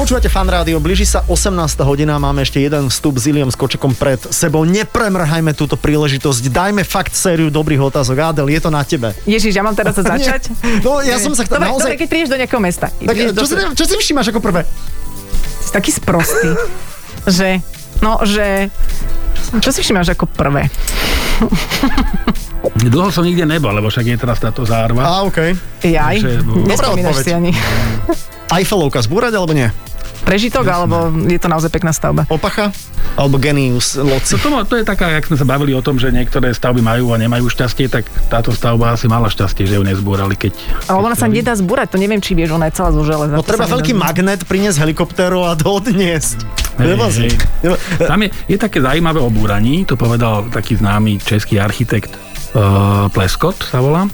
Počúvate Fan Rádio, blíži sa osemnásta hodina, máme ešte jeden vstup s Iliom Skočekom pred sebou. Nepremrhajme túto príležitosť, dajme fakt sériu dobrých otázok. Adel, je to na tebe. Ježiš, ja mám teraz sa začať? No, ja som sa chcel dobre, naozaj... Dobre, keď prídeš do nejakého mesta. Tak, čo, do... si, čo si všímaš ako prvé? Si taký sprostý, že... No, že... Čo si všimáš ako prvé? Dlho som nikde nebol, lebo však je teraz táto zárva. Á, okej. Okay. Jaj, nespomínaš si ani. Eiffelovka zbúrať, alebo nie? Prežitok, Jasne. Alebo je to naozaj pekná stavba? Opacha? Alebo Genius, Loci? To, to je taká, jak sme sa bavili o tom, že niektoré stavby majú a nemajú šťastie, tak táto stavba asi mala šťastie, že ju nezbúrali, keď... Ale ona sa nedá zbúrať, to neviem, či vieš, ona je celá zo železa. No treba veľký magnet priniesť helikoptéru a to odniesť. Hej, hej. Tam je, je také zaujímavé o búraní, to povedal taký známy český architekt uh, Pleskot sa volá,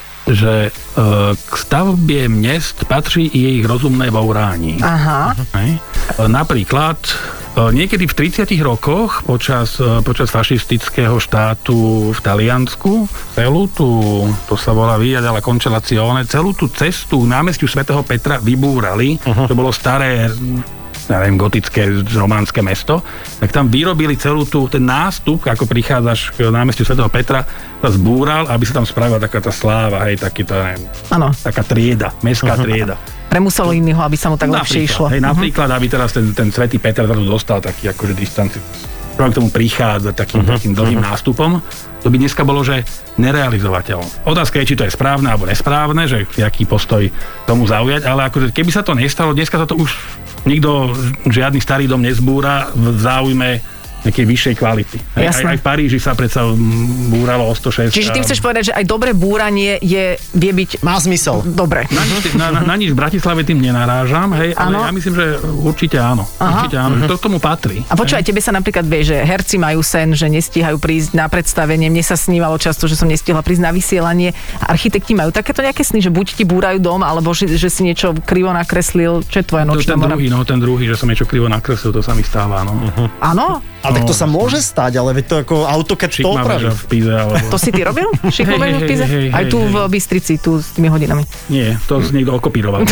že uh, k stavbie miest patrí i ich rozumné bourání. Aha. Hej. Uh, napríklad uh, niekedy v tridsiatich rokoch počas, uh, počas fašistického štátu v Taliansku celú tú, to sa volá Via della Cancellazione, celú tú cestu k námestiu svätého Petra vybúrali, uh-huh. to bolo staré neviem, gotické, románske mesto, tak tam vyrobili celú tú, ten nástup, ako prichádzaš k námestiu svätého Petra, sa zbúral, aby sa tam spravila taká tá sláva, hej, taký tá, neviem, taká trieda, mestská trieda. Pre Mussoliniho, aby sa mu tak lepšie išlo. Hej, napríklad, uh-huh. aby teraz ten, ten svätý Peter dostal taký akože distanci, k tomu prichádza takým, uh-huh. takým dlhým uh-huh. nástupom, to by dneska bolo, že nerealizovateľné. Otázka je, či to je správne alebo nesprávne, že aký postoj tomu zaujať, ale akože keby sa to nestalo, dneska sa to už nikto, žiadny starý dom nezbúra v záujme nejakej vyššej kvality. Aj, aj v Paríži sa predsa búralo o sto šesť. Čiže ty chceš povedať, že aj dobré búranie je, vie byť... Má zmysel. Dobre. Na nič, na, na, na nič v Bratislave tým nenarážam, hej, ale ano? Ja myslím, že určite áno. Aha. Určite áno, uh-huh. že to tomu patrí. A počúvaj, tebe sa napríklad vie, že herci majú sen, že nestíhajú prísť na predstavenie. Mne sa snívalo často, že som nestihla prísť na vysielanie. Architekti majú takéto nejaké sny, že buď ti búrajú dom, alebo že, že si niečo krivo nakreslil. Čo je tvoja nočná mora? Ten druhý, no ten druhý, že som niečo krivo nakreslil, to sa mi stáva, no. Áno? A tak to sa môže stať, ale veď to ako AutoCAD to opraví. V Pize, alebo... To si ty robil? Šikma veža v Pize? Hej, hej, Aj tu hej, v Bystrici, tu s tými hodinami. Nie, to z niekto okopíroval.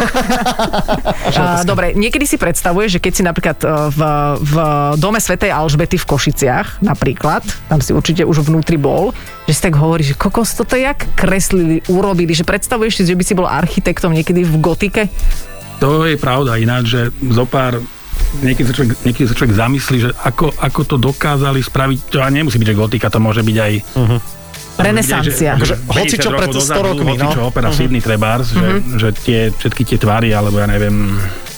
Dobre, niekedy si predstavuješ, že keď si napríklad v, v dome svätej Alžbety v Košiciach, napríklad, tam si určite už vnútri bol, že si tak hovorí, že kokos, toto jak kreslili, urobili, že predstavuješ si, že by si bol architektom niekedy v gotike? To je pravda, ináč, že zopár Niekedy sa, človek, niekedy sa človek zamyslí, že ako, ako to dokázali spraviť, to a nemusí byť, že gotika, to môže byť aj uh-huh. renesancia. Hoci čo pred sto rokmi, no. Hoci čo opera uh-huh. Sydney Trebars, uh-huh. že, že tie, všetky tie tvary, alebo ja neviem...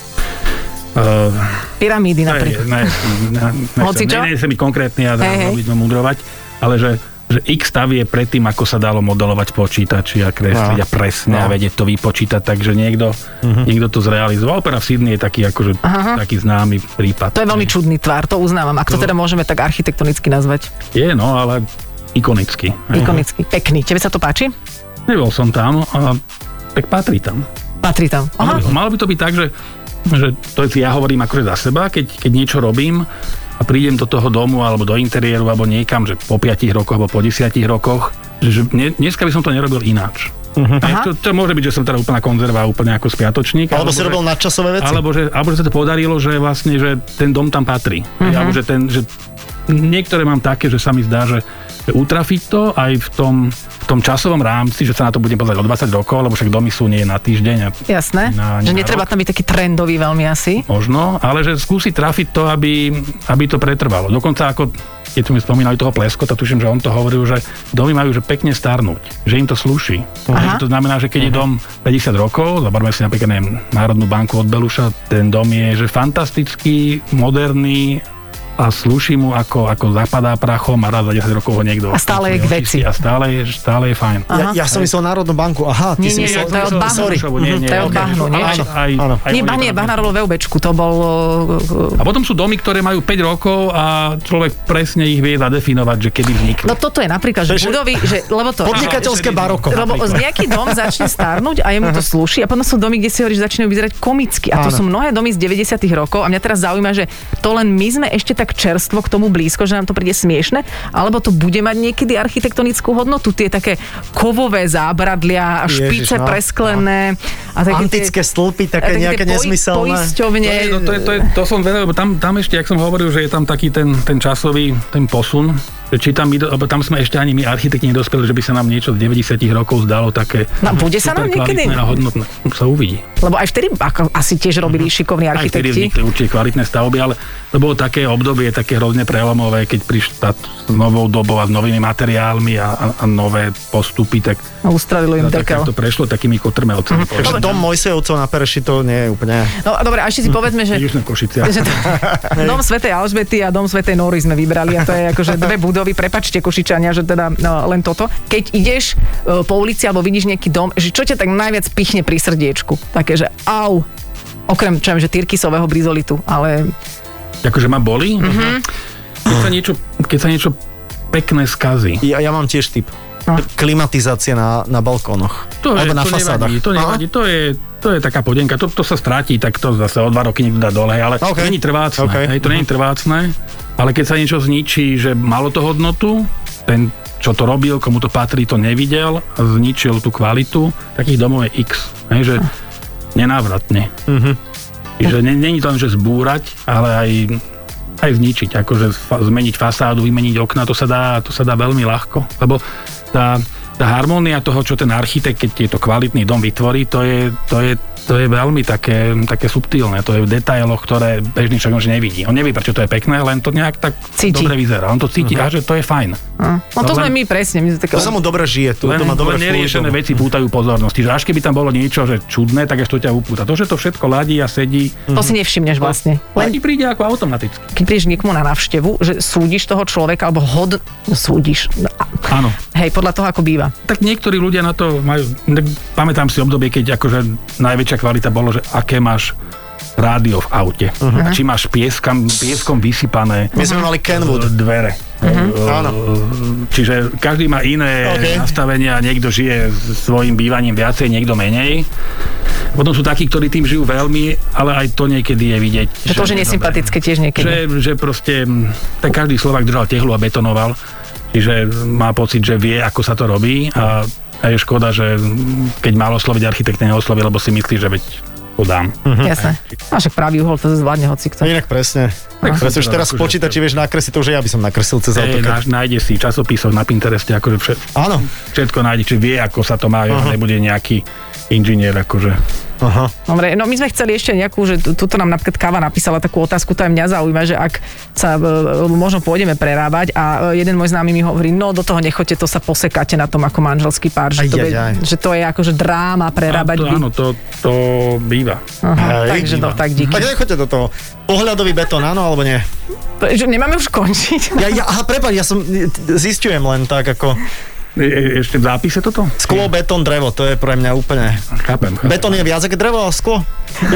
Uh, Pyramídy napríklad. Ne, ne, ne, Hoci čo? Ne, nechcem byť konkrétny a hey, budeme mudrovať, ale že že x stav je predtým, ako sa dalo modelovať počítači a kresliť no. a presne no. a vedieť to vypočítať, takže niekto, uh-huh. niekto to zrealizoval. Opera v Sydney je taký, akože, taký známy prípad. To je veľmi čudný tvár, to uznávam. Ak to, to teda môžeme tak architektonicky nazvať. Je, no, ale ikonicky. Ikonicky, pekný. Tebe sa to páči? Nebol som tam, ale tak patrí tam. Patrí tam. Aha. Malo, malo by to byť tak, že, že to je, ja hovorím akože za seba, keď, keď niečo robím, a prídem do toho domu alebo do interiéru alebo niekam, že po piatich rokoch alebo po desiatich rokoch, že dneska by som to nerobil ináč. Uh-huh. To, to môže byť, že som teda úplná konzerva, úplne ako spiatočník. Alebo, alebo si že, robil nadčasové veci. Alebo že, alebo že sa to podarilo, že vlastne, že ten dom tam patrí. Uh-huh. Alebo že ten, že niektoré mám také, že sa mi zdá, že, že utrafiť to aj v tom, v tom časovom rámci, že sa na to budem pozerať o dvadsať rokov, lebo však domy sú nie na týždeň. A jasné, na, že netreba tam byť taký trendový veľmi asi. Možno, ale že skúsiť trafiť to, aby, aby to pretrvalo. Dokonca ako, keď sme spomínali toho Pleskota, tuším, že on to hovoril, že domy majú že pekne starnúť, že im to slúši. To znamená, že keď je dom päťdesiat rokov, zoberme si napríklad neviem, Národnú banku od Beluša, ten dom je že fantastický, moderný, a slúši mu, ako, ako zapadá prachom a raz za desať rokov ho niekto... A stále je k veci. A stále je, stále je fajn. Ja, ja som myslel Národnú banku, aha, ty nie, si nie, myslel... to je od Bahnu. Nie, nie, to je od Bahnu, nie? Aj, aj, aj, nie, Bahn je, Bahna robil VUBčku, to bol... A potom sú domy, ktoré majú päť rokov a človek presne ich vie zadefinovať, že kedy vznikli. No toto je napríklad, že budovy, že, lebo to... Podnikateľské baroko. Lebo nejaký dom začne starnúť a jemu to slúši a potom sú domy, kde si hovorí, že začínajú vyzerať komicky. A to sú mnohé domy z deväťdesiatych rokov a mňa teraz zaujíma, že to len my sme ešte tak tak čerstvo k tomu blízko, že nám to príde smiešne, alebo to bude mať niekedy architektonickú hodnotu, tie také kovové zábradlia, špice Ježiš, no, presklené. No. A také antické tie, stĺpy, také nejaké poj, nezmyselné. Poisťovne. To, je, no, to, je, to, je, to som vedel, lebo tam, tam ešte, jak som hovoril, že je tam taký ten, ten časový ten posun, či tam, lebo tam sme ešte ani my architekti nedospeli, že by sa nám niečo z deväťdesiatych rokov zdalo také no, bude sa nám niekedy? A hodnotné. Sa uvidí. Lebo aj vtedy ako, asi tiež robili mm-hmm. šikovní architekti. Aj vtedy vznikli určite kvalitné stavby, ale to bolo také obdobie, také hrozne prelomové, keď prišla s novou dobou a s novými materiálmi a, a, a nové postupy, tak ustradilo im dekel. To prešlo takými kotrmelcami. Mm-hmm. Takže dom Mojsejovcov na Pereši to nie je úplne... No dobre, a ešte si povedzme, že... že to, dom svätej Alžbety a dom svätej Nóry sme vybrali a to je akože dve budovy, prepačte Košičania, že teda no, len toto. Keď ideš uh, po ulici alebo vidíš nejaký dom, že čo ťa tak najviac pichne pri srdiečku? Také, že au, okrem, čo viem, že tyrkysového brizolitu, ale... Akože ma boli? Mm-hmm. Keď sa niečo, keď sa niečo pekné skazí. Ja, ja mám tiež tip. No. Klimatizácia na, na balkónoch. To alebo je, na to fasádach. Nevadí, to nevadí, to je, to je taká podenka, to, to sa stráti, tak to zase o dva roky niekto dá dole, ale okay. To není trvácne, okay. hej, to není trvácne, ale keď sa niečo zničí, že malo to hodnotu, ten, čo to robil, komu to patrí, to nevidel a zničil tú kvalitu, takých domov je X, hej, že nenávratne. Mm-hmm. Že není to len, že zbúrať, ale aj aj zničiť, akože zmeniť fasádu, vymeniť okna, to sa dá, to sa dá veľmi ľahko, lebo tá, tá harmónia toho, čo ten architekt, keď je to kvalitný dom vytvorí, to je, to je, to je veľmi také, také subtilné, to je v detailoch, ktoré bežný človek už nevidí. On nevie, prečo to je pekné, len to nejak tak cíti. Dobre vyzerá. On to cíti uh-huh. a že to je fajn. Uh-huh. No to, to sme len, my presne. My také... To sa mu dobre žije. Tu, len, to má dobre len neriešené veci pútajú pozornosti. Že až keby tam bolo niečo, že čudné, tak až to ťa upúta. To, že to všetko ladí a sedí. To uh-huh. si nevšimneš vlastne. Len ti príde ako automaticky. Keď prídeš niekomu na návštevu, že súdiš toho človeka, alebo hod... súdiš. Áno. Hej, podľa toho, ako býva. Tak niektorí ľudia na to majú... Pamätám si obdobie, keď akože najväčšia kvalita bolo, že aké máš rádio v aute. Uh-huh. Či máš pieskam, pieskom vysypané My sme mali Kenwood dvere. Uh-huh. Áno. Čiže každý má iné okay. nastavenia, niekto žije svojim bývaním viacej, niekto menej. Potom sú takí, ktorí tým žijú veľmi, ale aj to niekedy je vidieť. Že to, že nesympatické tiež niekedy. Že, že proste, tak každý Slovák držal tehlu a betonoval. Čiže má pocit, že vie, ako sa to robí a, a je škoda, že keď má osloviť architekt, neosloví, lebo si myslí, že veď podám. Uh-huh. Jasné. A však pravý uhol to zvládne hocikto. Inak presne. Tak presne, už teraz v počítači vieš nakresliť, to už ja by som nakreslil cez AutoCAD. Keď... Nájde si časopisov na Pintereste, akože všet... Áno. Všetko nájde, či vie, ako sa to má, uh-huh. nebude nejaký inžinier, akože... Aha. Dobre, no my sme chceli ešte nejakú, že tuto nám napríklad Káva napísala takú otázku, to aj mňa zaujíma, že ak sa, možno pôjdeme prerábať a jeden môj známy mi hovorí, no do toho nechoďte, to sa posekáte na tom ako manželský pár, že, aj, to, aj, aj. že to je akože dráma prerábať. To, áno, to, to býva. Aha, aj, takže býva. No tak díky. Tak nechoďte do toho. Pohľadový betón, áno alebo nie? Že nemáme už končiť. Ja, ja, aha, prepáč, ja som, zistujem len tak ako... E, ešte v zápise toto? Sklo, betón, drevo, to je pre mňa úplne... Chápem, chápem. Betón je viac ako drevo a sklo?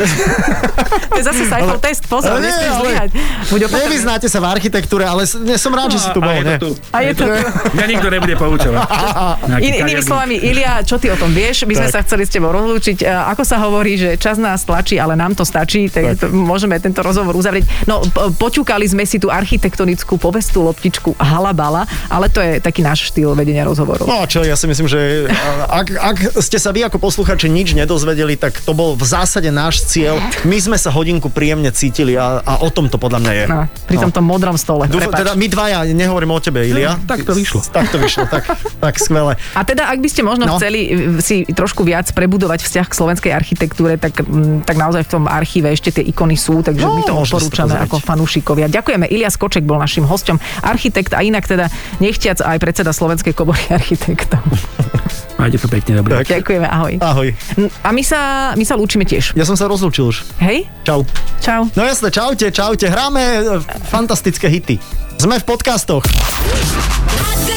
To je zase Seifel test, pozor, nesmieš zlyhať. Nevyznáte sa v architektúre, ale som rád, že si tu bol, ne? A je to tu. Mňa nikto nebude poučovať. In, inými slovami, Ilia, čo ty o tom vieš? My sme tak. sa chceli s tebou rozlúčiť. Ako sa hovorí, že čas nás tlačí, ale nám to stačí, tak, tak. To, môžeme tento rozhovor uzavrieť. No, poťukali sme si tú architektonickú povestú loptičku halabala, ale to je taký náš štýl vedenia rozhovoru. No a čo, ja si myslím, že ak, ak ste sa vy ako posluchači nič nedozvedeli, tak to bol v zásade náš cieľ. My sme sa hodinku príjemne cítili a, a o tom to podľa mňa je. No, pri tomto no. modrom stole. Dúfam, teda my dvaja, nehovorím o tebe, Ilia. No, tak to vyšlo. Tak to vyšlo, tak, tak skvelé. A teda, ak by ste možno no. chceli si trošku viac prebudovať vzťah k slovenskej architektúre, tak, tak naozaj v tom archíve ešte tie ikony sú, takže no, my to odporúčame ako fanúšikovia. Ďakujeme. Ilia Skoček bol našim hosťom, architekt a inak teda nechtiac aj predseda Slovenskej komory architektov. Majte to pekne, dobre. Ďakujeme, ahoj. Ahoj. A my sa, my sa lúčime tiež. Ja som sa rozlúčil už. Hej? Čau. Čau. No jasne, čaute, čaute. Hráme fantastické hity. Sme v podcastoch.